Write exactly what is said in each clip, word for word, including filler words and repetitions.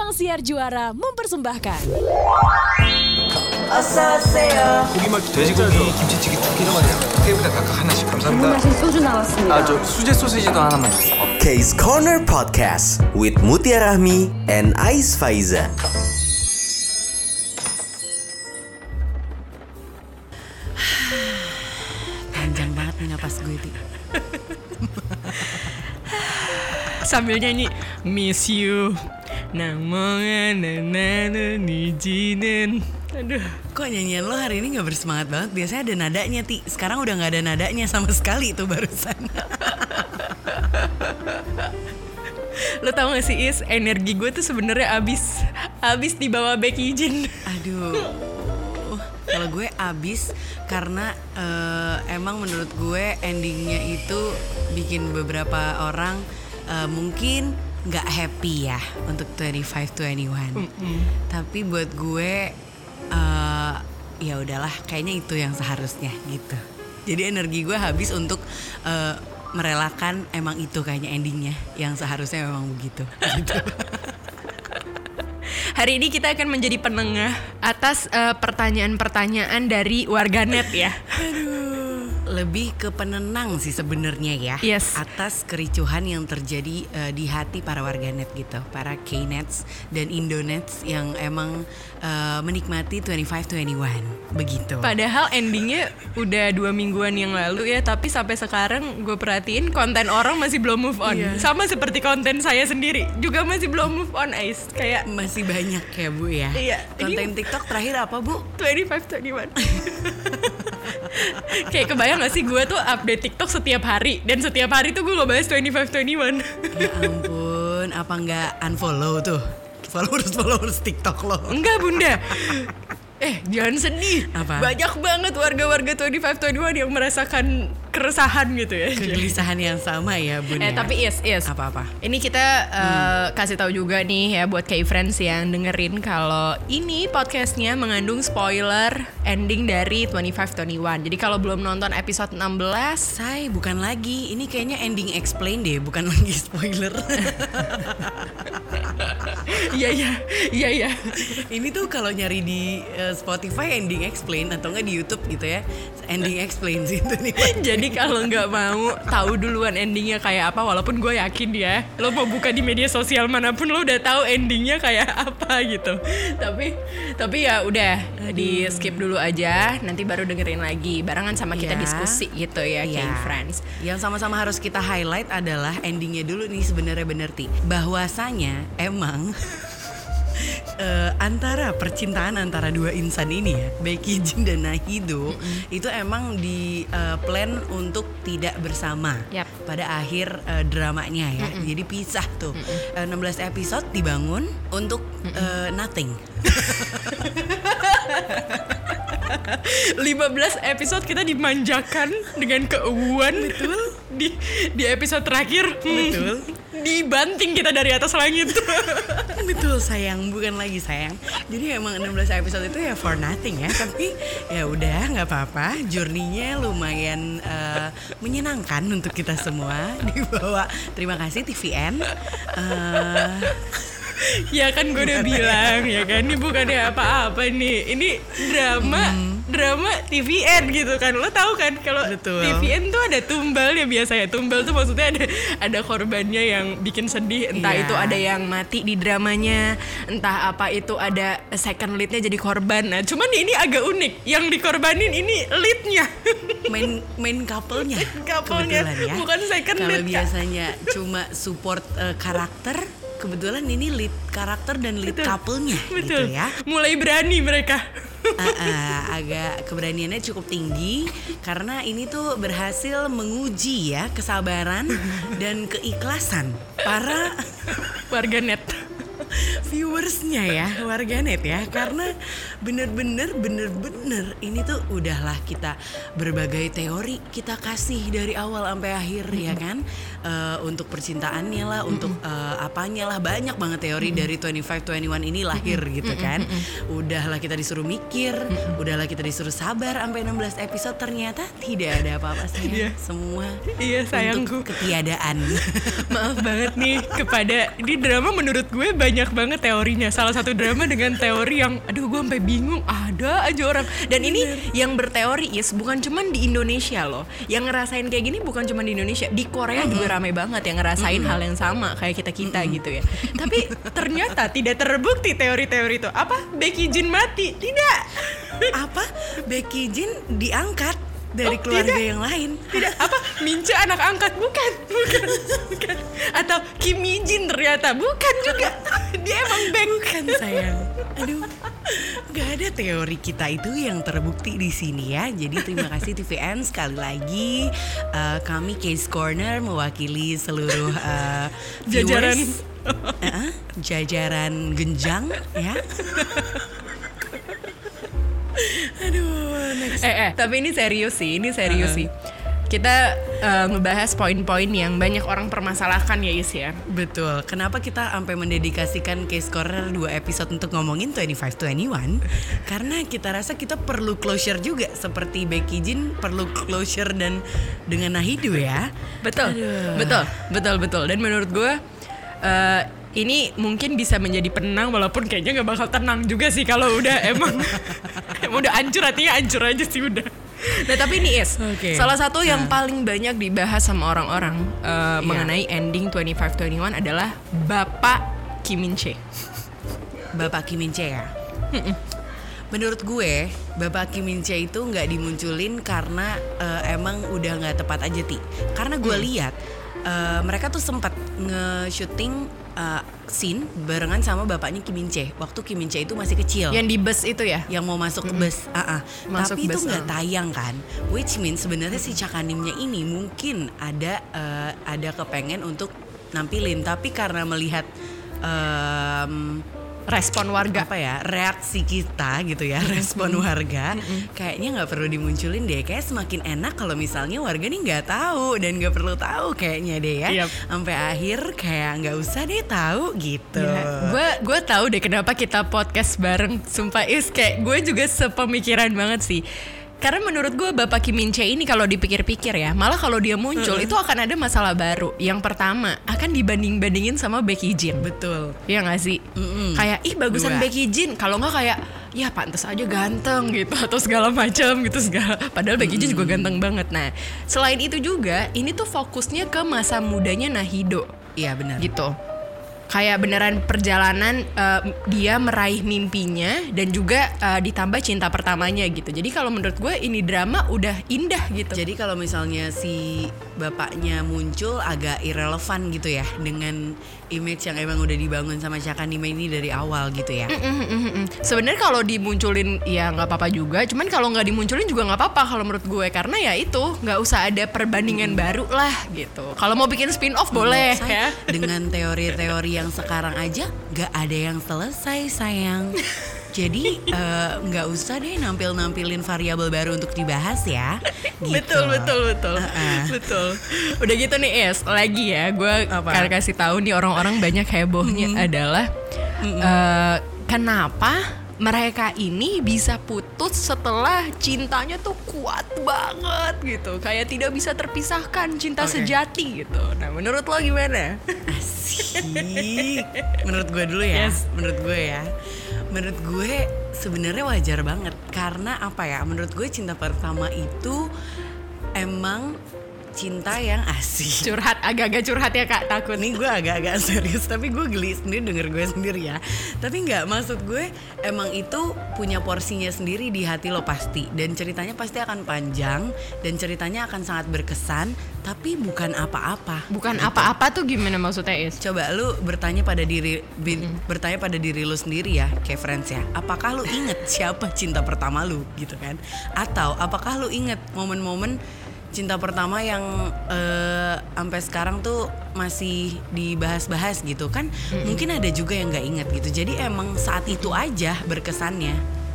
Sang Siar Juara mempersembahkan. 어서오세요. 고기말기 돼지고기 김치찌개 두 개로 테이블에 각각 하나씩 감사합니다. 주문하신 소주 나왔습니다. 아, 저 수제 소시지도 하나만 주세요. Case Corner Podcast with Mutia Rahmi and Ais Faiza. Panjang banget nih napas gue Ti. Sambil nyanyi Miss You Namongan Nanana Nijinen. Aduh, Kok nyanyian lo hari ini gak bersemangat banget? Biasanya ada nadanya Ti. Sekarang udah gak ada nadanya sama sekali tuh barusan. lo tau gak sih Is, energi gue tuh sebenarnya abis abis di bawah Becky Jin. Aduh. Kalau gue abis karena uh, emang menurut gue endingnya itu bikin beberapa orang uh, mungkin nggak happy ya untuk twenty-five twenty-one. Mm-mm. Tapi buat gue uh, ya udahlah, kayaknya itu yang seharusnya gitu. Jadi energi gue habis untuk uh, merelakan emang itu kayaknya endingnya yang seharusnya memang begitu. Gitu. Hari ini kita akan menjadi penengah atas uh, pertanyaan-pertanyaan dari warganet ya. Aduh, lebih ke penenang sih sebenarnya ya. Yes. Atas kericuhan yang terjadi uh, di hati para warganet gitu, para K-nets dan Indonets yang emang uh, menikmati twenty-five twenty-one begitu. Padahal endingnya udah dua mingguan yang lalu ya, tapi sampai sekarang gue perhatiin konten orang masih belum move on. Iya. Sama seperti konten saya sendiri juga masih belum move on, Ais. Kayak Masih banyak ya Bu ya. Iya. Konten TikTok terakhir apa Bu? twenty-five twenty-one. Kayak kebayang gak sih gue tuh update TikTok setiap hari, dan setiap hari tuh gue ngebahas twenty-five twenty-one. Ya ampun, apa nggak unfollow tuh followers-followers TikTok lo? Enggak bunda. Eh jangan sedih. Apa? Banyak banget warga-warga twenty-five twenty-one yang merasakan keresahan gitu ya. Kegelisahan yang sama ya Bun. Eh ya? tapi yes, yes. Apa-apa? Ini kita uh, kasih tahu juga nih ya buat K-Friends yang dengerin kalau ini podcastnya mengandung spoiler ending dari twenty-five twenty-one. Jadi kalau belum nonton episode enam belas, Say, bukan lagi. Ini kayaknya ending explain deh, bukan lagi spoiler. Iya iya iya iya. Ini tuh kalau nyari di uh, Spotify ending explain atau enggak di YouTube gitu ya. Ending explain sih itu nih. Jadi kalau nggak mau tahu duluan endingnya kayak apa, walaupun gue yakin ya, lo mau buka di media sosial manapun lo udah tahu endingnya kayak apa gitu. Tapi tapi ya udah di skip dulu aja, nanti baru dengerin lagi barengan sama kita Ya. diskusi gitu ya, Ya. K-Friends. Yang sama-sama harus kita highlight adalah endingnya dulu nih sebenarnya bener Ti. Bahwasanya emang Uh, antara percintaan antara dua insan ini ya, Becky Jin dan Nahido, mm-hmm. itu emang di uh, plan untuk tidak bersama. Yap. Pada akhir uh, dramanya ya, mm-hmm. jadi pisah tuh. Mm-hmm. uh, enam belas episode dibangun untuk uh, nothing. lima belas episode kita dimanjakan dengan keuuan. Betul. Di di episode terakhir, Betul. hmm, dibanting kita dari atas langit. Betul sayang, bukan lagi sayang. Jadi emang enam belas episode itu ya for nothing ya. Tapi ya udah nggak apa-apa. Journey-nya lumayan uh, menyenangkan untuk kita semua. Dibawa. Terima kasih T V N. Uh, Ya kan gue udah bilang ya kan, ini bukannya apa-apa nih, ini drama hmm. drama T V N gitu kan. Lo tahu kan kalau Betul. T V N tuh ada tumbal ya biasanya. Tumbal tuh maksudnya ada ada korbannya yang bikin sedih, entah Iya. itu ada yang mati di dramanya, entah apa itu ada second leadnya jadi korban. Nah cuman ini agak unik, yang dikorbanin ini leadnya. main main couple-nya. Couple-nya, Kebetulan ya. bukan second Kalau lead, Kak. biasanya cuma support uh, karakter, kebetulan ini lead karakter dan lead Betul. couple-nya Betul. gitu ya. Mulai berani mereka. uh, uh, agak keberaniannya cukup tinggi karena ini tuh berhasil menguji ya kesabaran dan keikhlasan para Warganet. viewersnya ya, warganet ya, karena bener-bener bener-bener ini tuh udahlah kita berbagai teori kita kasih dari awal sampai akhir ya kan. Uh, untuk percintaannya lah, untuk uh, apanya lah, banyak banget teori dari twenty-five twenty-one ini lahir gitu kan. Udahlah kita disuruh mikir, udahlah kita disuruh sabar sampai enam belas episode, ternyata tidak ada apa-apa sayang. Iya. Semua Iya sayangku. untuk ketiadaan. Maaf banget nih kepada ini drama, menurut gue banyak banget teorinya. Salah satu drama dengan teori yang aduh gue sampai bingung, ada aja orang. Dan ini yang berteori is bukan cuman di Indonesia loh. Yang ngerasain kayak gini bukan cuman di Indonesia, di Korea juga rame banget yang ngerasain hal yang sama kayak kita-kita gitu ya. Tapi ternyata tidak terbukti teori-teori itu. Apa? Becky Jin mati? Tidak. Apa? Becky Jin diangkat dari Oh, keluarga tidak. yang lain. Tidak, apa? Mince anak angkat? Bukan, bukan, bukan. Atau Kim Mi Jin ternyata? Bukan juga. Dia emang Beng. Bukan sayang. Aduh, gak ada teori kita itu yang terbukti di sini ya. Jadi terima kasih T V N sekali lagi. Uh, kami Case Corner mewakili seluruh uh, Jajaran. viewers. Uh, jajaran genjang ya. Aduh, next. Eh, eh, tapi ini serius sih, ini serius sih. Kita uh, ngebahas poin-poin yang banyak orang permasalahkan ya Is ya. Betul. Kenapa kita sampai mendedikasikan Case Corner dua episode untuk ngomongin twenty-five twenty-one? Karena kita rasa kita perlu closure juga, seperti Becky Jin perlu closure dan dengan Nahidu ya. Betul, Aduh. betul, betul, betul. Dan menurut gue uh, ini mungkin bisa menjadi penenang, walaupun kayaknya nggak bakal tenang juga sih kalau udah emang emang udah hancur, hatinya hancur aja sih udah. Nah tapi ini Is, Okay. salah satu yang paling banyak dibahas sama orang-orang uh, Iya. mengenai ending twenty-five twenty-one adalah Bapak Kim Min Chae. Bapak Kim Min Chae ya. Menurut gue, Bapak Kim Min Chae itu nggak dimunculin karena uh, emang udah nggak tepat aja Ti. Karena gue lihat uh, mereka tuh sempat nge-shooting uh, scene barengan sama bapaknya Kim Min Chae waktu Kim Min Chae itu masih kecil. Yang di bus itu ya? Yang mau masuk ke bus, uh-uh. Masuk tapi itu bus, nggak uh. tayang kan, which means sebenarnya si Cakanimnya ini mungkin ada uh, ada kepengen untuk nampilin, tapi karena melihat um, Respon warga. apa ya reaksi kita gitu ya, respon warga, kayaknya nggak perlu dimunculin deh, kayak semakin enak kalau misalnya warga nih nggak tahu dan nggak perlu tahu kayaknya deh ya, Yap. sampai akhir kayak nggak usah deh tahu gitu. Gue gue tahu deh kenapa kita podcast bareng. Sumpah Is, kayak gue juga sepemikiran banget sih. Karena menurut gue Bapak Kim Min Chae ini kalau dipikir-pikir ya, malah kalau dia muncul itu akan ada masalah baru. Yang pertama, akan dibanding-bandingin sama Becky Jin. Betul. Iya gak sih? Mm-mm. Kayak ih bagusan Dua. Becky Jin. Kalau nggak kayak ya pantas aja ganteng gitu atau segala macam gitu segala. Padahal Becky Jin juga ganteng banget. Nah, selain itu juga ini tuh fokusnya ke masa mudanya Nahido Iya benar. gitu. Kayak beneran perjalanan uh, dia meraih mimpinya dan juga uh, ditambah cinta pertamanya gitu. Jadi kalau menurut gue ini drama udah indah gitu. Jadi kalau misalnya si bapaknya muncul agak irrelevan gitu ya dengan image yang emang udah dibangun sama Cakanime ini dari awal gitu ya. Mm, mm, mm, mm. Sebenarnya kalau dimunculin ya nggak apa-apa juga. Cuman kalau nggak dimunculin juga nggak apa-apa kalau menurut gue, karena ya itu nggak usah ada perbandingan baru lah gitu. Kalau mau bikin spin off boleh Menurut ya. saya, dengan teori-teori yang sekarang aja gak ada yang selesai sayang. Jadi eh, nggak uh, usah deh nampil-nampilin variabel baru untuk dibahas ya. Gitu. Betul betul betul Uh-uh. betul. Udah gitu nih Es, lagi ya gue Apa? akan kasih tahu nih orang-orang banyak hebohnya adalah uh, kenapa mereka ini bisa putus setelah cintanya tuh kuat banget gitu, kayak tidak bisa terpisahkan cinta Oke. sejati gitu. Nah menurut lo gimana? Asik. Menurut gue dulu ya. Yes. Menurut gue ya. Menurut gue sebenarnya wajar banget karena apa ya? Menurut gue cinta pertama itu emang cinta yang asik. Curhat, agak-agak curhat ya Kak, takut. Nih gue agak-agak serius tapi gue geli sendiri denger gue sendiri ya. Tapi nggak, maksud gue emang itu punya porsinya sendiri di hati lo pasti, dan ceritanya pasti akan panjang dan ceritanya akan sangat berkesan, tapi bukan apa-apa. Bukan apa-apa tuh gimana maksudnya Is? Coba lu bertanya pada diri bin, bertanya pada diri lu sendiri ya, kayak friends ya. Apakah lu inget siapa cinta pertama lu gitu kan? Atau apakah lu inget momen-momen cinta pertama yang uh, sampai sekarang tuh masih dibahas-bahas gitu kan? Mm-hmm. Mungkin ada juga yang nggak inget gitu. Jadi emang saat itu aja berkesannya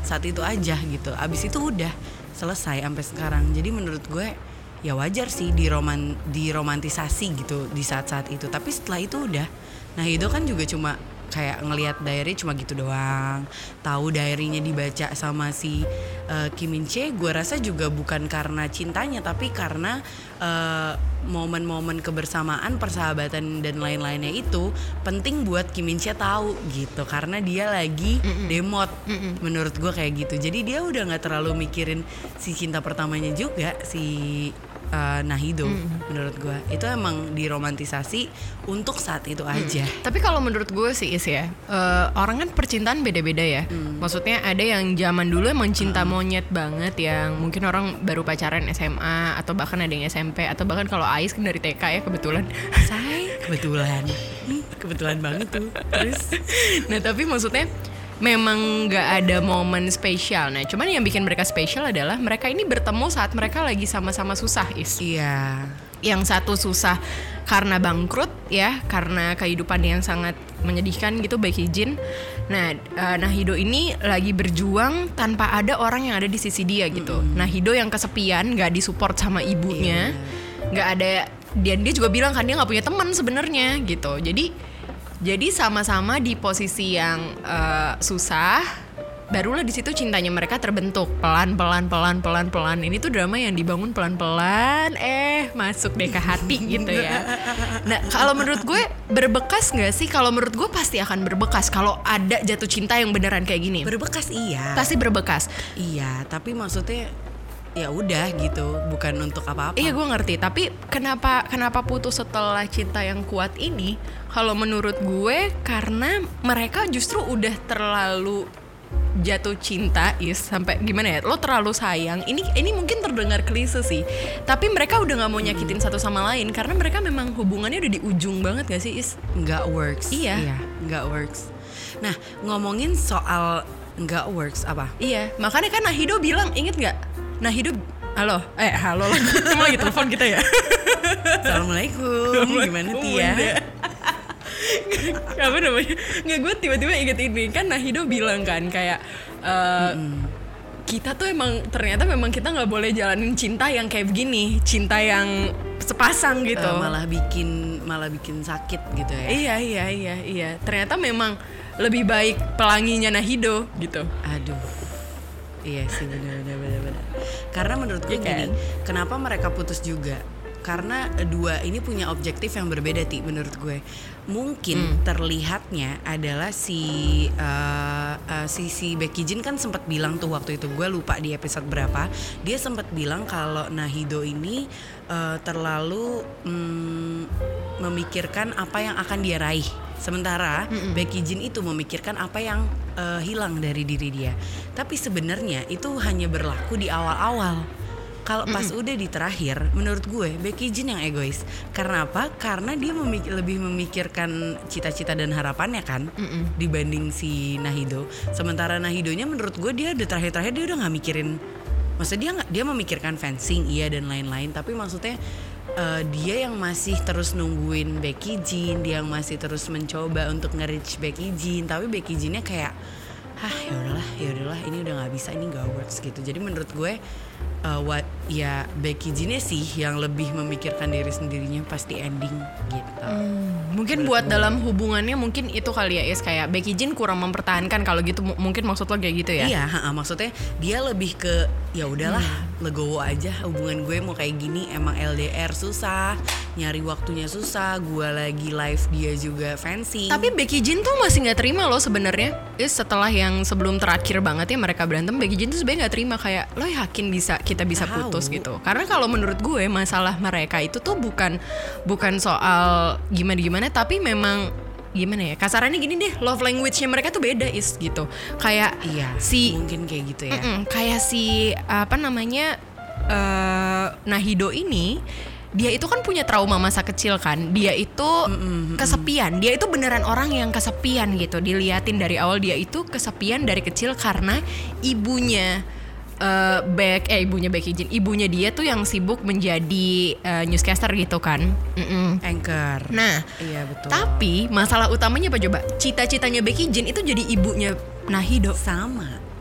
saat itu aja gitu. Abis itu udah selesai sampai sekarang. Jadi menurut gue ya wajar sih diroman diromantisasi gitu di saat-saat itu. Tapi setelah itu udah. Nah Hido kan juga cuma kayak ngelihat diary cuma gitu doang. Tahu diary-nya dibaca sama si uh, Kim Min Chae, gue rasa juga bukan karena cintanya, tapi karena uh, momen-momen kebersamaan, persahabatan dan lain-lainnya itu penting buat Kim Min Chae tahu gitu, karena dia lagi Mm-mm. demot. Mm-mm. Menurut gue kayak gitu. Jadi dia udah nggak terlalu mikirin si cinta pertamanya juga, si Uh, Nahido. Mm. Menurut gue itu emang diromantisasi untuk saat itu aja. Mm. Tapi kalau menurut gue sih Is ya, uh, orang kan percintaan beda-beda ya. Mm. Maksudnya ada yang zaman dulu emang cinta mm. monyet banget, yang mungkin orang baru pacaran S M A atau bahkan ada yang S M P, atau bahkan kalau Ais kan dari T K ya kebetulan. Say kebetulan, kebetulan banget tuh. Terus, nah tapi maksudnya memang nggak ada momen spesial. Nah, cuman yang bikin mereka spesial adalah mereka ini bertemu saat mereka lagi sama-sama susah, Is. Iya. Yang satu susah karena bangkrut ya, karena kehidupan yang sangat menyedihkan gitu, Baek Hee-jin. Nah, uh, Nahido ini lagi berjuang tanpa ada orang yang ada di sisi dia gitu. Mm-hmm. Nahido yang kesepian, nggak disupport sama ibunya, nggak yeah. ada. Dan dia juga bilang kan dia nggak punya teman sebenarnya gitu. Jadi Jadi sama-sama di posisi yang uh, susah, barulah di situ cintanya mereka terbentuk pelan-pelan, pelan-pelan, pelan. Ini tuh drama yang dibangun pelan-pelan, eh masuk deh ke hati gitu ya. Nah kalau menurut gue berbekas nggak sih? Kalau menurut gue pasti akan berbekas kalau ada jatuh cinta yang beneran kayak gini. Berbekas iya. Pasti berbekas. Iya, tapi maksudnya ya udah gitu, bukan untuk apa-apa. Iya gue ngerti, tapi kenapa kenapa putus setelah cinta yang kuat ini? Kalau menurut gue karena mereka justru udah terlalu jatuh cinta, Is, sampai gimana ya? Lo terlalu sayang. Ini ini mungkin terdengar klise sih, tapi mereka udah nggak mau nyakitin hmm. satu sama lain karena mereka memang hubungannya udah di ujung banget gak sih, Is? Nggak works. Iya. Iya, nggak works. Nah ngomongin soal nggak works apa? Iya, makanya kan Nahido bilang, inget nggak? Nah hidup, halo, eh halo lah, cuma lagi telepon kita ya. Assalamualaikum, gimana Tia? Apa namanya? Nggak, gue tiba-tiba inget ini kan Nahido bilang kan kayak uh, kita tuh emang ternyata memang kita nggak boleh jalanin cinta yang kayak begini, cinta yang sepasang gitu. Uh, malah bikin malah bikin sakit gitu ya. Iya iya iya iya. Ternyata memang lebih baik pelanginya Nahido gitu. Aduh. Iya sih benar-benar benar-benar. Karena menurut gue ya kan? gini, kenapa mereka putus juga? Karena dua ini punya objektif yang berbeda, Ti, menurut gue. Mungkin hmm. terlihatnya adalah si uh, uh, si si Baek Hee-jin kan sempat bilang tuh waktu itu, gue lupa di episode berapa, dia sempat bilang kalau Nahido ini uh, terlalu um, memikirkan apa yang akan dia raih. Sementara mm-mm. Baek Hee-jin itu memikirkan apa yang uh, hilang dari diri dia. Tapi sebenarnya itu hanya berlaku di awal-awal. Kalau pas Mm-mm. udah di terakhir, menurut gue Baek Hee-jin yang egois. Karena apa? Karena dia memik- lebih memikirkan cita-cita dan harapannya kan Mm-mm. dibanding si Nahido. Sementara Nahidonya menurut gue dia di terakhir-terakhir dia udah nggak mikirin. Maksudnya dia nggak, dia memikirkan fencing iya dan lain-lain. Tapi maksudnya Uh, dia yang masih terus nungguin Baek Hee-jin, dia yang masih terus mencoba untuk nge-reach Baek Hee-jin, tapi Baek Hee-jinnya kayak, ah ya udahlah, ya udahlah, ini udah nggak bisa, ini nggak works gitu. Jadi menurut gue, uh, what ya Baek Hee-jinnya sih yang lebih memikirkan diri sendirinya pasti ending gitu. Hmm, mungkin buat gue. Dalam hubungannya mungkin itu kali ya, Is, kayak Baek Hee-jin kurang mempertahankan kalau gitu, m- mungkin maksud lo kayak gitu ya? Iya, ha-ha, maksudnya dia lebih ke ya udahlah. Hmm. Legowo aja, hubungan gue mau kayak gini, emang L D R susah, nyari waktunya susah, gue lagi live dia juga fancy. Tapi Baek Hee-jin tuh masih nggak terima loh sebenarnya. Setelah yang sebelum terakhir banget ya mereka berantem, Baek Hee-jin tuh sebenarnya nggak terima, kayak lo yakin bisa kita bisa Tau. putus gitu. Karena kalau menurut gue masalah mereka itu tuh bukan bukan soal gimana-gimana, tapi memang gimana ya, kasarannya gini deh, love language-nya mereka tuh beda, Is, gitu. Kayak iya, si mungkin kayak gitu ya. Kayak si apa namanya uh, Nahido ini, dia itu kan punya trauma masa kecil kan. Dia itu Mm-mm. kesepian. Dia itu beneran orang yang kesepian gitu. Diliatin dari awal dia itu kesepian dari kecil karena ibunya Uh, Baek, eh ibunya Baek Hee-jin, ibunya dia tuh yang sibuk menjadi uh, newscaster gitu kan, Mm-mm. anchor. Nah, iya betul. Tapi masalah utamanya apa coba? Cita-citanya Baek Hee-jin itu jadi ibunya Nahido. Sama.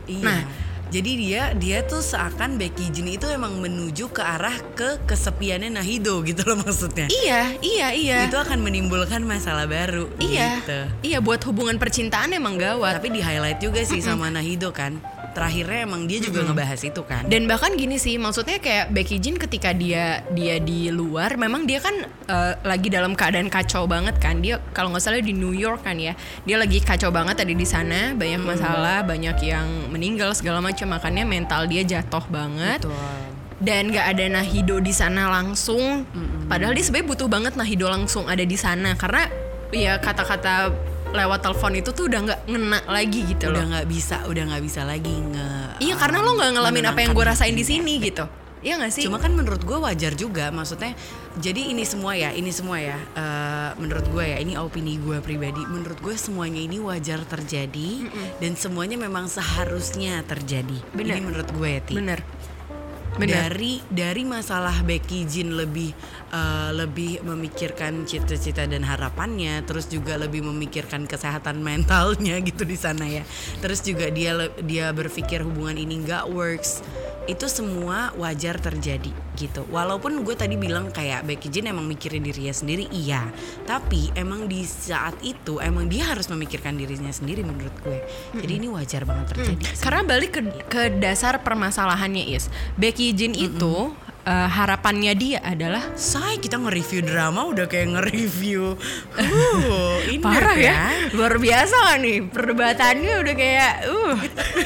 Iya. Nah, jadi dia dia tuh seakan Becky Jin itu emang menuju ke arah ke kesepiannya Nahido gitu loh maksudnya. iya, iya, iya. Itu akan menimbulkan masalah baru. Iya, Gitu. iya buat hubungan percintaan emang gawat. Tapi di highlight juga sih sama Nahido kan. Terakhirnya emang dia juga ngebahas itu kan. Dan bahkan gini sih, maksudnya kayak Becky Jin ketika dia dia di luar, memang dia kan uh, lagi dalam keadaan kacau banget kan. Dia kalau nggak salah di New York kan ya, dia lagi kacau banget tadi di sana, banyak masalah, banyak yang meninggal segala macam, makanya mental dia jatuh banget. Betul. Dan nggak ada Nahido di sana langsung. Mm-mm. Padahal dia sebenarnya butuh banget Nahido langsung ada di sana karena ya kata-kata lewat telepon itu tuh udah nggak ngena lagi gitu Udah loh. nggak bisa, udah nggak bisa lagi nge. Iya karena lo nggak ngalamin apa yang gue rasain di sini gitu. Iya nggak sih? Cuma kan menurut gue wajar juga, maksudnya. Jadi ini semua ya, ini semua ya. Uh, menurut gue ya, ini opini gue pribadi. Menurut gue semuanya ini wajar terjadi. Mm-mm. Dan semuanya memang seharusnya terjadi. Bener. Ini menurut gue ya, Ti. Bener. Bener. Dari dari masalah Becky Jin lebih uh, lebih memikirkan cita-cita dan harapannya, terus juga lebih memikirkan kesehatan mentalnya gitu di sana ya. Terus juga dia dia berpikir hubungan ini nggak works. Itu semua wajar terjadi gitu. Walaupun gue tadi bilang kayak Becky Jin emang mikirin dirinya sendiri, iya. Tapi emang di saat itu emang dia harus memikirkan dirinya sendiri menurut gue. Jadi ini wajar banget terjadi. Hmm. Karena balik ke, ke dasar permasalahannya Is, Becky Jin mm-hmm. itu uh, harapannya dia adalah, say kita nge-review drama udah kayak nge-review uh, ini parah ya, luar biasa kan nih perdebatannya udah kayak uh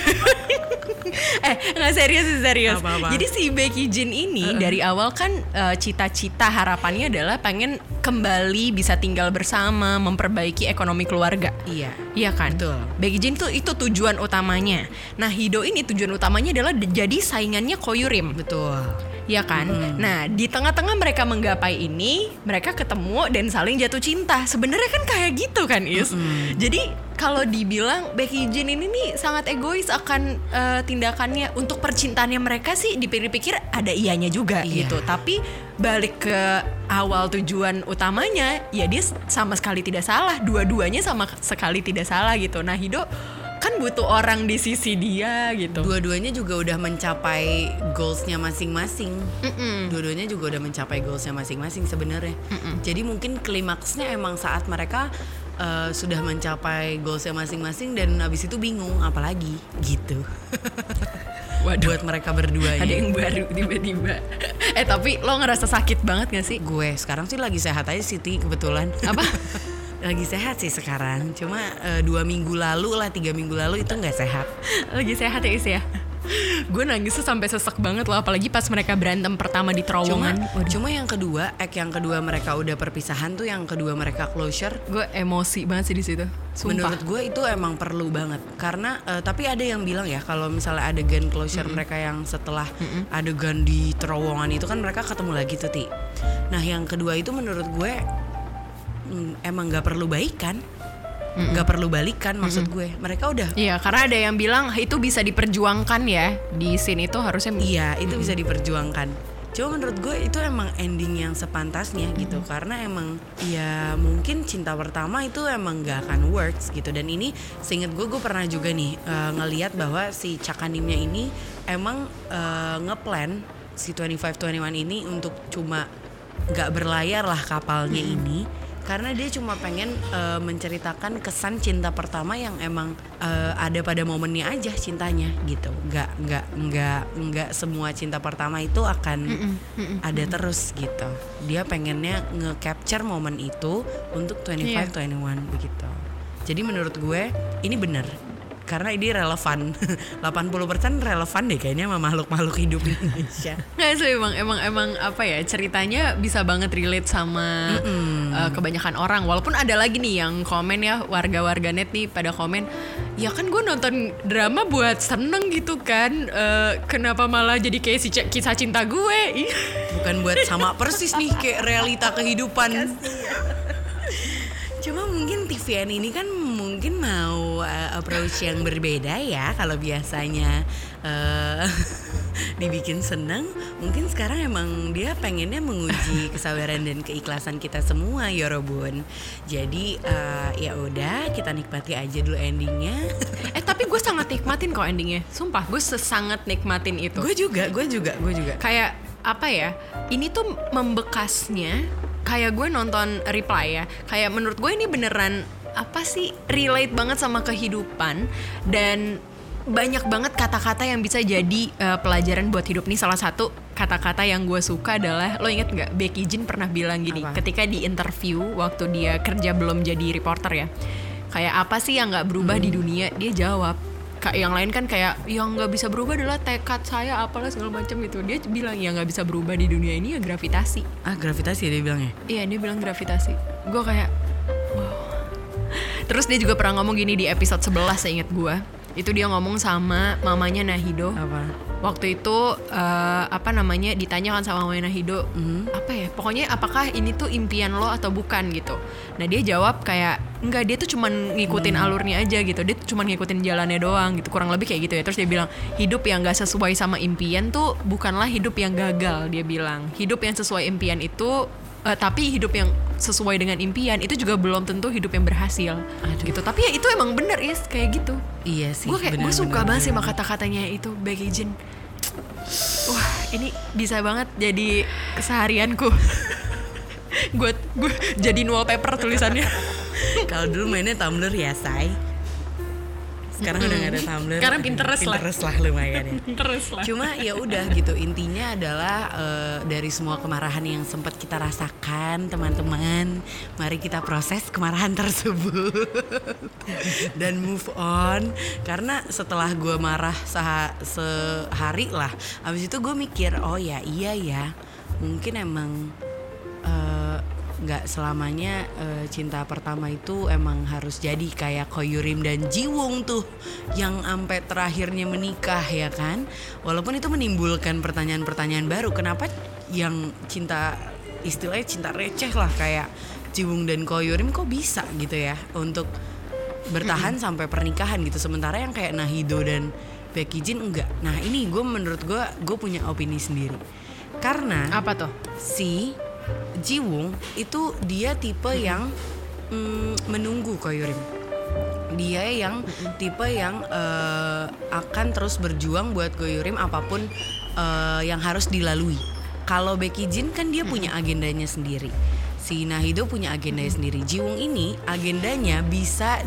eh nggak serius serius. Apa-apa? Jadi si Becky Jin ini uh-uh. dari awal kan uh, cita-cita harapannya adalah pengen kembali bisa tinggal bersama, memperbaiki ekonomi keluarga. Iya, iya kan. Betul. Becky Jin tuh itu tujuan utamanya. Nah Hido ini tujuan utamanya adalah jadi saingannya Koyurim. Betul. Iya kan. Mm. Nah di tengah-tengah mereka menggapai ini, mereka ketemu dan saling jatuh cinta. Sebenarnya kan kayak gitu kan Is. Mm-hmm. Jadi kalau dibilang Becky Jin ini nih sangat egois akan uh, tindakannya untuk percintaannya mereka sih, dipikir-pikir ada ianya juga iya. gitu. Tapi balik ke awal tujuan utamanya, ya dia sama sekali tidak salah. Dua-duanya sama sekali tidak salah gitu. Nah Hido kan butuh orang di sisi dia gitu. Dua-duanya juga udah mencapai goalsnya masing-masing. Mm-mm. Dua-duanya juga udah mencapai goalsnya masing-masing sebenarnya. Mm-mm. Jadi mungkin klimaksnya emang saat mereka uh, sudah mencapai goalsnya masing-masing dan abis itu bingung apalagi gitu. Waduh. Buat mereka berdua ada ya. yang baru tiba-tiba. Eh tapi lo ngerasa sakit banget gak sih? Gue sekarang sih lagi sehat aja sih Ti, kebetulan. Apa? Lagi sehat sih sekarang. Cuma uh, dua minggu lalu lah, tiga minggu lalu itu gak sehat. Lagi sehat ya Is ya? Gue nangisnya sampai sesek banget loh, apalagi pas mereka berantem pertama di terowongan. Cuma, cuma yang kedua, ek yang kedua mereka udah perpisahan tuh, yang kedua mereka closure. Gue emosi banget sih di situ. Sumpah. Menurut gue itu emang perlu banget karena uh, tapi ada yang bilang ya kalau misalnya adegan closure mm-hmm. mereka yang setelah mm-hmm. adegan di terowongan itu kan mereka ketemu lagi tuh Ti. Nah yang kedua itu menurut gue mm, emang nggak perlu baikan. Nggak mm-hmm. perlu balikan maksud mm-hmm. gue. Mereka udah. Iya karena ada yang bilang itu bisa diperjuangkan ya. Di scene itu harusnya. Iya itu mm-hmm. bisa diperjuangkan. Cuma menurut gue itu emang ending yang sepantasnya mm-hmm. gitu. Karena emang ya mungkin cinta pertama itu emang gak akan works gitu. Dan ini seinget gue, gue pernah juga nih uh, ngelihat bahwa si Chakanimnya ini emang uh, ngeplan si dua puluh lima dua puluh satu ini untuk cuma gak berlayar lah kapalnya mm-hmm. ini. Karena dia cuma pengen uh, menceritakan kesan cinta pertama yang emang uh, ada pada momennya aja cintanya gitu. Nggak nggak nggak nggak semua cinta pertama itu akan mm-mm, mm-mm, ada mm-mm. terus gitu. Dia pengennya nge-capture momen itu untuk dua puluh lima yeah. dua puluh satu begitu. Jadi menurut gue ini benar. Karena ini relevan. delapan puluh persen relevan deh kayaknya sama makhluk-makhluk hidup Indonesia. Nggak sih emang, emang, emang apa ya, ceritanya bisa banget relate sama uh, kebanyakan orang. Walaupun ada lagi nih yang komen ya, warga-warga net nih pada komen, ya kan gue nonton drama buat seneng gitu kan, uh, kenapa malah jadi kayak si c- kisah cinta gue. Bukan buat sama persis nih kayak realita kehidupan. Cuma mungkin T V N ini kan mungkin mau uh, approach yang berbeda ya. Kalau biasanya uh, dibikin seneng. Mungkin sekarang emang dia pengennya menguji kesabaran dan keikhlasan kita semua, Yorobun. Jadi uh, ya udah, kita nikmati aja dulu endingnya. Eh tapi gue sangat nikmatin kok endingnya. Sumpah, gue sesangat nikmatin itu. Gue juga, gue juga, gue juga. Kayak apa ya? Ini tuh membekasnya. Kayak gue nonton Reply ya. Kayak menurut gue ini beneran apa sih, relate banget sama kehidupan, dan banyak banget kata-kata yang bisa jadi uh, pelajaran buat hidup. Nih salah satu kata-kata yang gue suka adalah, lo inget gak Becky Jean pernah bilang gini apa? Ketika ketika di interview waktu dia kerja belum jadi reporter ya, kayak apa sih yang gak berubah hmm. di dunia, dia jawab kayak yang lain kan kayak yang gak bisa berubah adalah tekad saya apalah segala macam gitu. Dia bilang yang gak bisa berubah di dunia ini ya gravitasi. Ah, gravitasi dia bilangnya? Iya, dia bilang gravitasi. Gue kayak wow. Terus dia juga pernah ngomong gini di episode sebelas, saya ingat gue. Itu dia ngomong sama mamanya Nahido. Apa? Waktu itu uh, apa namanya, ditanyakan sama mamanya Nahido, mm, apa ya, pokoknya apakah ini tuh impian lo atau bukan gitu. Nah dia jawab kayak enggak, dia tuh cuman ngikutin mm. alurnya aja gitu. Dia tuh cuman ngikutin jalannya doang gitu, kurang lebih kayak gitu ya. Terus dia bilang hidup yang gak sesuai sama impian tuh bukanlah hidup yang gagal. Dia bilang hidup yang sesuai impian itu Uh, tapi hidup yang sesuai dengan impian itu juga belum tentu hidup yang berhasil. Aduh. Gitu. Tapi ya itu emang bener ya, kayak gitu. Iya sih. Gue kayak gue suka banget sih sama kata-katanya itu Becky Jean. Wah, ini bisa banget jadi keseharianku. Gue gue jadiin wallpaper tulisannya. Kalau dulu mainnya Tumblr ya, say. Sekarang Mm-mm. udah gak ada Tumblr. Sekarang Pinterest lah. Pinterest lah lumayan ya. Pinterest lah. Cuma ya udah gitu, intinya adalah uh, dari semua kemarahan yang sempat kita rasakan, teman-teman, mari kita proses kemarahan tersebut dan move on. Karena setelah gue marah seha- sehari lah, abis itu gue mikir, oh ya iya ya, mungkin emang uh, nggak selamanya uh, cinta pertama itu emang harus jadi kayak Koyurim dan Jiwung tuh yang sampai terakhirnya menikah ya kan. Walaupun itu menimbulkan pertanyaan-pertanyaan baru, kenapa yang cinta istilahnya cinta receh lah kayak Jiwung dan Koyurim kok bisa gitu ya untuk bertahan mm-hmm. sampai pernikahan gitu, sementara yang kayak Nahido dan Becky Jean enggak. Nah ini gue menurut gue gue punya opini sendiri. Karena apa tuh? Si Jiwung itu dia tipe mm-hmm. yang mm, menunggu Koyurim. Dia yang mm-hmm. tipe yang uh, akan terus berjuang buat Koyurim apapun uh, yang harus dilalui. Kalau Becky Jean kan dia mm-hmm. punya agendanya sendiri. Si Nahido punya agendanya mm-hmm. sendiri. Jiwung ini agendanya bisa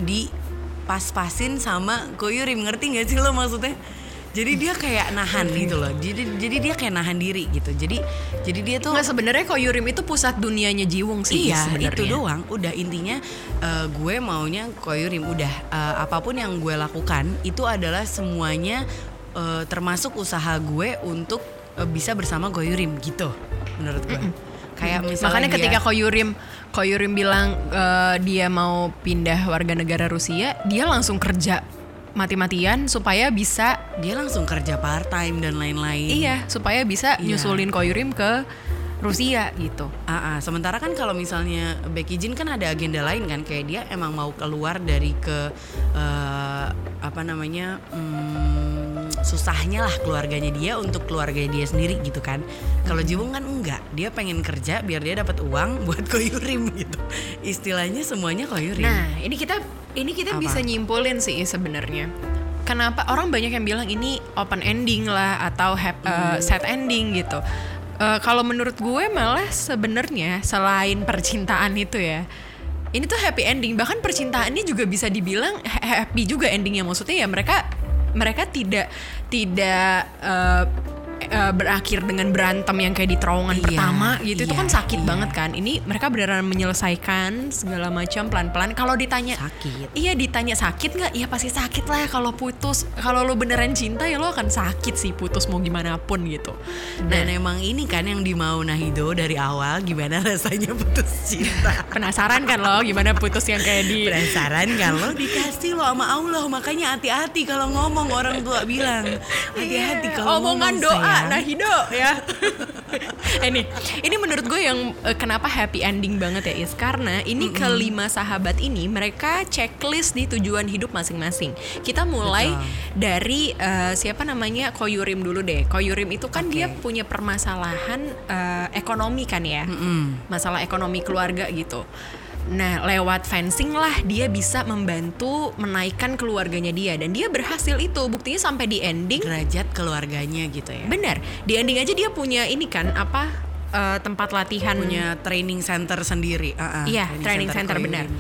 dipas-pasin sama Koyurim. Ngerti gak sih lo maksudnya? Jadi dia kayak nahan gitu loh. Jadi jadi dia kayak nahan diri gitu. Jadi jadi dia tuh nggak, sebenarnya Koyurim itu pusat dunianya Jiwung sih. Iya, sebenarnya. itu doang. Udah intinya uh, gue maunya Koyurim. Udah uh, apapun yang gue lakukan itu adalah semuanya uh, termasuk usaha gue untuk uh, bisa bersama Koyurim gitu. Menurut gue. Mm-mm. Kayak misalnya makanya dia, ketika Koyurim Koyurim bilang uh, dia mau pindah warga negara Rusia, dia langsung kerja mati-matian supaya bisa, dia langsung kerja part time dan lain-lain. Iya, supaya bisa iya. nyusulin Koyurim ke Rusia gitu. Ah, ah. Sementara kan kalau misalnya Becky Jean kan ada agenda lain kan, kayak dia emang mau keluar dari ke uh, apa namanya hmm, susahnya lah keluarganya dia untuk keluarganya dia sendiri gitu kan. Kalau Jiwung kan enggak, dia pengen kerja biar dia dapat uang buat Koyurim gitu. Istilahnya semuanya Koyurim. Nah, ini kita ini kita apa? bisa nyimpulin sih sebenarnya. Kenapa orang banyak yang bilang ini open ending lah atau have, uh, sad ending gitu. Uh, kalau menurut gue malah sebenarnya selain percintaan itu ya, ini tuh happy ending. Bahkan percintaan ini juga bisa dibilang happy juga endingnya. Maksudnya ya mereka mereka tidak tidak uh, uh, berakhir dengan berantem yang kayak di terowongan iya, pertama gitu. Iya, itu kan sakit iya. banget kan. Ini mereka beneran menyelesaikan segala macam pelan-pelan. Kalau ditanya sakit, iya ditanya sakit nggak? Iya pasti sakit lah kalau putus. Kalau lo beneran cinta ya lo akan sakit sih putus mau gimana pun gitu. Dan nah, emang ini kan yang dimau Nahido dari awal, gimana rasanya putus cinta. Penasaran kan lo gimana putus yang kayak di penasaran kan lo, dikasih lo sama Allah, makanya hati-hati kalau ngomong, orang tua bilang hati-hati kalau omongan ngomong, doa sayang. Nahido ya. Eh nih, ini menurut gue yang uh, kenapa happy ending banget ya Is, karena ini mm-hmm. kelima sahabat ini mereka checklist di tujuan hidup masing-masing. Kita mulai Betul. dari uh, siapa namanya Koyurim dulu deh. Koyurim itu kan okay. dia punya permasalahan uh, ekonomi kan ya, mm-hmm. masalah ekonomi keluarga gitu. Nah, lewat fencing lah dia bisa membantu menaikkan keluarganya dia. Dan dia berhasil itu. Buktinya sampai di ending derajat keluarganya gitu ya. Benar. Di ending aja dia punya ini kan apa uh, tempat latihan. Punya training center sendiri. uh-uh, Iya, training, training center, center benar.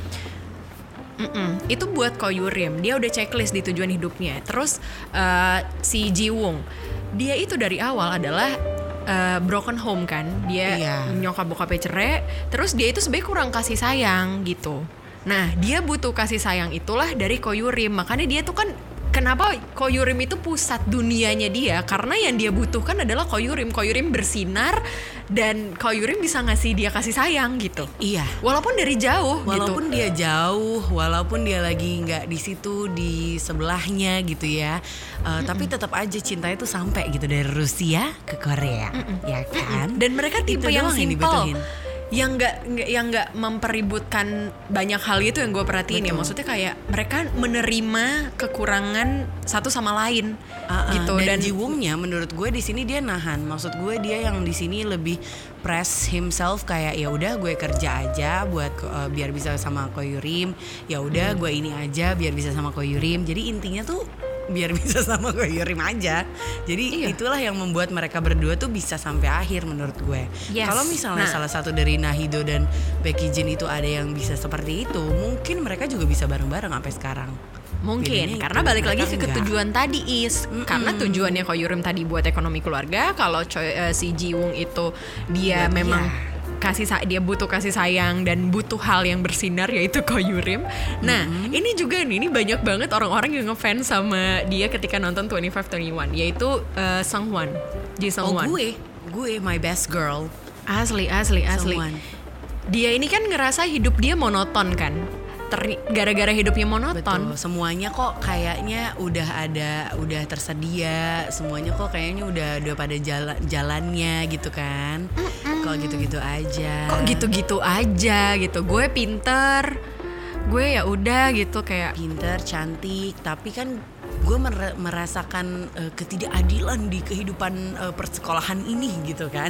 Mm-mm. Itu buat Koyurim. Dia udah checklist di tujuan hidupnya. Terus uh, si Jiwoong, dia itu dari awal adalah Uh, broken home kan, dia iya. nyokap bokapnya cerai, terus dia itu sebenarnya kurang kasih sayang gitu. Nah dia butuh kasih sayang itulah dari Koyurim, makanya dia tuh kan kenapa Koyurim itu pusat dunianya dia, karena yang dia butuhkan adalah Koyurim. Koyurim bersinar dan Koyurim bisa ngasih dia kasih sayang gitu. Iya. Walaupun dari jauh, walaupun gitu. dia jauh, walaupun dia lagi nggak di situ di sebelahnya gitu ya. Uh, tapi tetap aja cintanya tuh sampai gitu dari Rusia ke Korea, Mm-mm. ya kan? Dan mereka tipe itu yang simple, yang nggak yang nggak mempeributkan banyak hal itu yang gue perhatiin. Betul. Ya maksudnya kayak mereka menerima kekurangan satu sama lain, uh-uh. gitu. Dan, dan Jiwoongnya menurut gue di sini dia nahan. Maksud gue dia yang di sini lebih press himself kayak ya udah gue kerja aja buat uh, biar bisa sama Koyurim. Ya udah hmm. gue ini aja biar bisa sama Koyurim. Jadi intinya tuh biar bisa sama Koyurim aja. Jadi iya. itulah yang membuat mereka berdua tuh bisa sampai akhir menurut gue. Yes. Kalau misalnya nah. salah satu dari Nahido dan Baek Hee-jin itu ada yang bisa seperti itu, mungkin mereka juga bisa bareng-bareng sampai sekarang. Mungkin Bedanya karena itu, balik lagi ke tujuan tadi Is. Mm-mm. Karena tujuannya Koyurim tadi buat ekonomi keluarga. Kalau Choi, uh, si Jiwoong itu dia buat memang dia. kasih dia butuh kasih sayang dan butuh hal yang bersinar yaitu Koyurim. Nah, mm-hmm. ini juga nih, ini banyak banget orang-orang yang ngefans sama dia ketika nonton twenty-five twenty-one, yaitu uh, Seonghwan, Ji Seonghwan. Oh, gue, gue my best girl. Asli, asli, asli. Seonghwan. Dia ini kan ngerasa hidup dia monoton kan. Ter- gara-gara hidupnya monoton. Betul. Semuanya kok kayaknya udah ada, udah tersedia, semuanya kok kayaknya udah udah pada jalan jalannya gitu kan. Kok gitu-gitu aja. Kok gitu-gitu aja gitu. Gue pinter, gue ya udah gitu kayak pinter, cantik, tapi kan gue mer- merasakan uh, ketidakadilan di kehidupan uh, persekolahan ini gitu kan.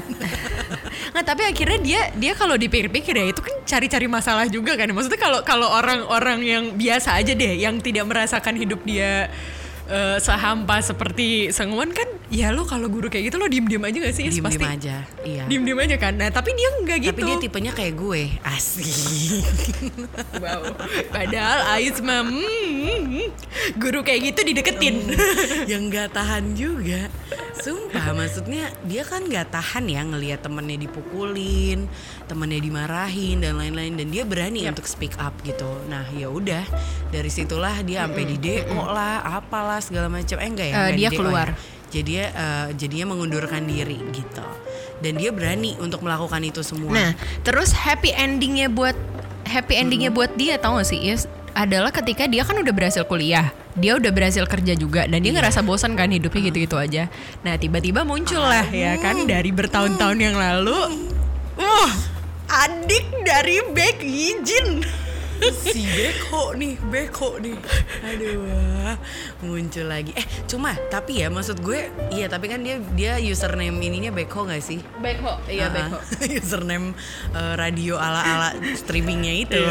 Nggak, tapi akhirnya dia dia kalau dipikir-pikir ya itu kan cari-cari masalah juga kan. Maksudnya kalau kalau orang-orang yang biasa aja deh, yang tidak merasakan hidup dia uh, sehampa seperti Seonghwan kan, ya lo kalau guru kayak gitu lo diem-diem aja gak sih? Diem-diem pasti aja, iya. Diem-diem aja kan. Nah tapi dia enggak gitu. Tapi dia tipenya kayak gue, asik. Wow. Padahal Ais mah hmm, guru kayak gitu dideketin. Hmm, yang nggak tahan juga. Sumpah, maksudnya dia kan nggak tahan ya ngelihat temennya dipukulin, temennya dimarahin dan lain-lain, dan dia berani yep. untuk speak up gitu. Nah ya udah, dari situlah dia sampai di D O lah, apalah segala macam. Eh enggak ya? Uh, enggak dia di D O keluar. Ya. Jadi dia uh, jadinya mengundurkan diri gitu. Dan dia berani untuk melakukan itu semua. Nah, terus happy endingnya buat happy endingnya mm-hmm. buat dia tau gak sih? Yes, adalah ketika dia kan udah berhasil kuliah, dia udah berhasil kerja juga, dan dia yeah. ngerasa bosan kan hidupnya gitu-gitu aja. Nah tiba-tiba muncul lah uh, ya kan dari bertahun-tahun yang lalu, wah adik dari Baek Hee-jin. Si Beko nih, Beko nih. Aduh, muncul lagi. Eh, cuma tapi ya maksud gue, iya tapi kan dia dia username ininya Beko enggak sih? Beko, iya uh-huh. Beko. Username uh, radio ala-ala streamingnya itu.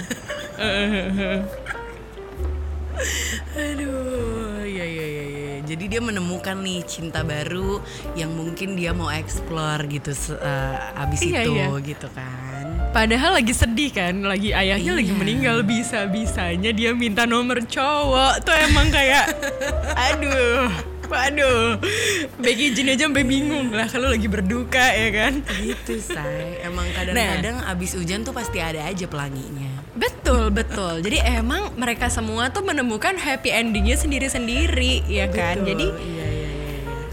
Aduh, ya ya ya ya. Jadi dia menemukan nih cinta baru yang mungkin dia mau explore gitu uh, abis iya, itu iya. gitu kan. Padahal lagi sedih kan, lagi ayahnya iya. lagi meninggal, bisa-bisanya dia minta nomor cowok. Tuh emang kayak aduh, waduh. Baek Hee-jin aja sampai bingung lah kalau lagi berduka ya kan. Gitu say. Emang kadang-kadang nah, abis hujan tuh pasti ada aja pelanginya. Betul, betul. Jadi emang mereka semua tuh menemukan happy endingnya sendiri-sendiri ya kan. Betul. Jadi iya, iya, iya.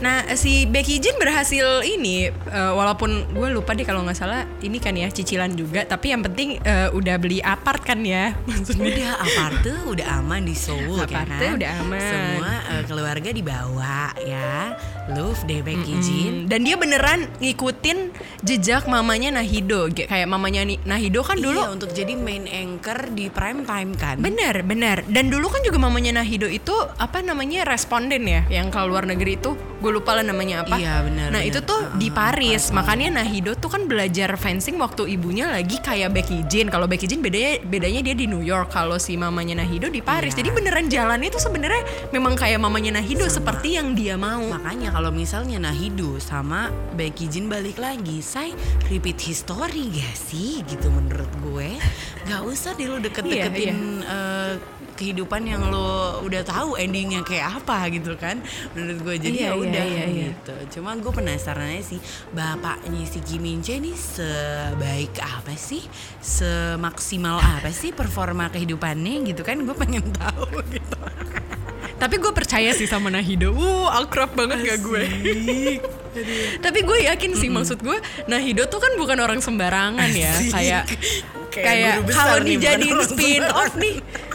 Nah si Becky Jin berhasil ini uh, walaupun gue lupa deh kalau nggak salah ini kan ya cicilan juga, tapi yang penting uh, udah beli apart kan ya maksudnya. Udah apart tuh udah aman di Seoul kan. Apart tuh udah aman. Semua uh, keluarga dibawa ya. Love deh Becky Mm-mm. Jin. Dan dia beneran ngikutin jejak mamanya Nahido. Kayak mamanya Nahido kan dulu. Iya, untuk jadi main anchor di prime time kan. Bener, bener. Dan dulu kan juga mamanya Nahido itu apa namanya responden ya, yang ke luar negeri itu. Gue lupa lah namanya apa. Iya benar. Nah bener. itu tuh uh, di Paris. Uh, Makanya Nahido tuh kan belajar fencing waktu ibunya lagi kayak Becky Jin. Kalau Becky Jin bedanya bedanya dia di New York. Kalau si mamanya Nahido di Paris. Iya. Jadi beneran jalannya tuh sebenarnya memang kayak mamanya Nahido Sama. seperti yang dia mau. Makanya kalau misalnya Nahido sama Becky Jin balik lagi, say repeat history gak sih gitu menurut gue. Gak usah deh lo deket-deketin iya, iya. Uh, kehidupan yang lo udah tahu endingnya kayak apa gitu kan menurut gue. Jadi iya, ya udah iya, iya, gitu. Cuma gue penasaran aja sih bapaknya si Kim Min Jae nih sebaik apa sih, semaksimal apa sih performa kehidupannya gitu kan, gue pengen tahu gitu. Tapi gue percaya sih sama Nahido. Wuh akrab banget gak gue. Tapi gue yakin sih, mm-hmm. maksud gue Nahido tuh kan bukan orang sembarangan ya. Asik. Kayak Kayak kayak guru besar kalau nih, dijadiin bukan orang spin off nih.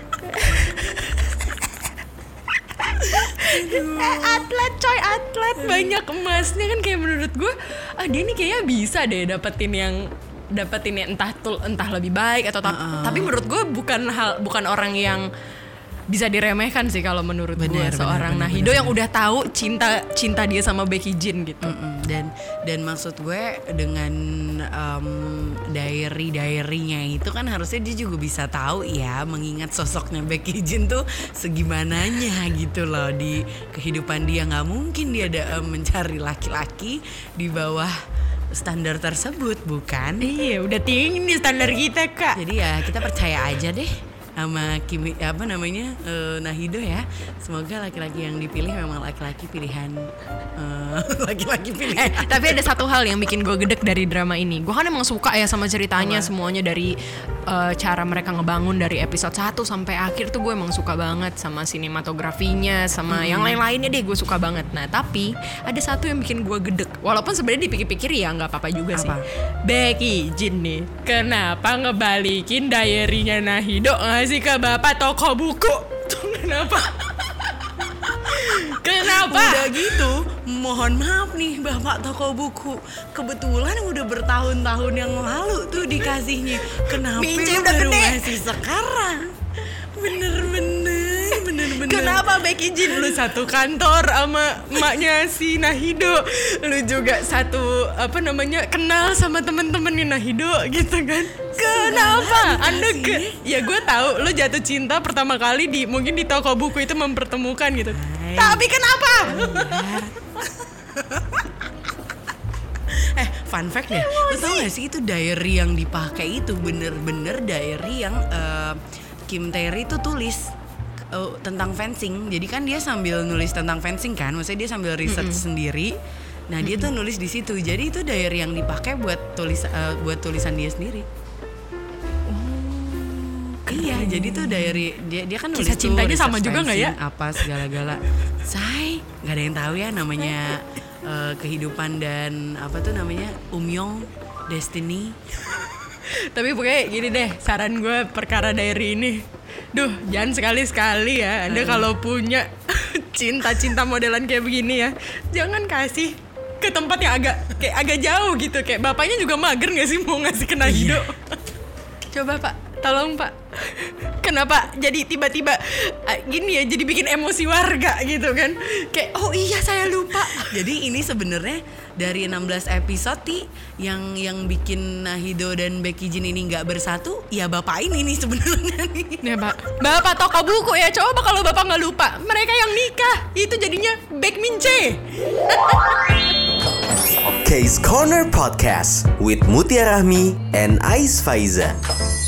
Atlet coy, atlet banyak emasnya kan, kayak menurut gue ah dia nih kayaknya bisa deh dapetin yang dapetin yang entah tul, entah lebih baik atau ta- uh-uh. tapi menurut gue bukan hal bukan orang yang bisa diremehkan sih kalau menurut gue, seorang bener, Nahido bener, yang bener. Udah tahu cinta cinta dia sama Becky Jin gitu. Mm-mm. Dan dan maksud gue dengan um, diary diarynya itu kan harusnya dia juga bisa tahu ya, mengingat sosoknya Becky Jin tuh segimananya gitu loh di kehidupan dia. Nggak mungkin dia ada um, mencari laki-laki di bawah standar tersebut, bukan? Iya, udah tinggi standar kita kak. Jadi ya kita percaya aja deh sama Kimi, apa namanya uh, Nahido ya. Semoga laki-laki yang dipilih memang laki-laki pilihan uh, laki-laki pilihan. Eh, tapi ada satu hal yang bikin gue gedek dari drama ini. Gue kan emang suka ya sama ceritanya. Apa? Semuanya dari uh, cara mereka ngebangun dari episode satu sampai akhir tuh gue emang suka banget sama sinematografinya, sama hmm. yang lain-lainnya deh gue suka banget. Nah tapi ada satu yang bikin gue gedek. Walaupun sebenarnya dipikir-pikir ya nggak apa-apa juga. Apa? Sih. Becky Jin nih, kenapa ngebalikin diary-nya Nahido ngasih ke bapak toko buku? Tuh kenapa? Kenapa? Udah gitu, mohon maaf nih bapak toko buku, kebetulan udah bertahun-tahun yang lalu tuh dikasihnya. Kenapa Minjem baru gede. ngasih sekarang? Bener-bener, bener-bener. Kenapa Becky Jin? Lu satu kantor sama emaknya si Nahido, lu juga satu apa namanya kenal sama temen-temennya Nahido gitu kan? Kenapa? Anda ke? Ya gue tahu lu jatuh cinta pertama kali di mungkin di toko buku itu mempertemukan gitu. Hai. Tapi kenapa? Eh, fun fact deh, lu tau gak sih itu diary yang dipakai itu bener-bener diary yang uh, Kim Tae-ri tuh tulis uh, tentang fencing. Jadi kan dia sambil nulis tentang fencing kan, maksudnya dia sambil research mm-hmm. sendiri. Nah dia tuh nulis di situ. Jadi itu diary yang dipakai buat tulis uh, buat tulisan dia sendiri. Iya, jadi tuh diary dia dia kan nulis kisah cintanya sama juga nggak ya? Apa segala-gala. Say, nggak ada yang tahu ya namanya uh, kehidupan dan apa tuh namanya Umyong, Destiny. Tapi pokoknya gini deh, saran gue perkara diary ini, duh jangan sekali-sekali ya Anda uh. kalau punya cinta-cinta modelan kayak begini ya, jangan kasih ke tempat yang agak kayak agak jauh gitu. Kayak bapaknya juga mager nggak sih mau ngasih ke Nahido? Iya. Coba pak, tolong pak. Kenapa jadi tiba-tiba uh, gini ya, jadi bikin emosi warga gitu kan? Kayak oh iya saya lupa. Jadi ini sebenarnya dari enam belas episode nih yang yang bikin Nahido dan Becky Jin ini nggak bersatu, ya bapak ini nih sebenarnya nih. Ya pak, bapak toko buku ya. Coba kalau bapak nggak lupa, mereka yang nikah itu jadinya Beck Min Jae. Case Corner Podcast with Mutia Rahmi and Ais Faiza.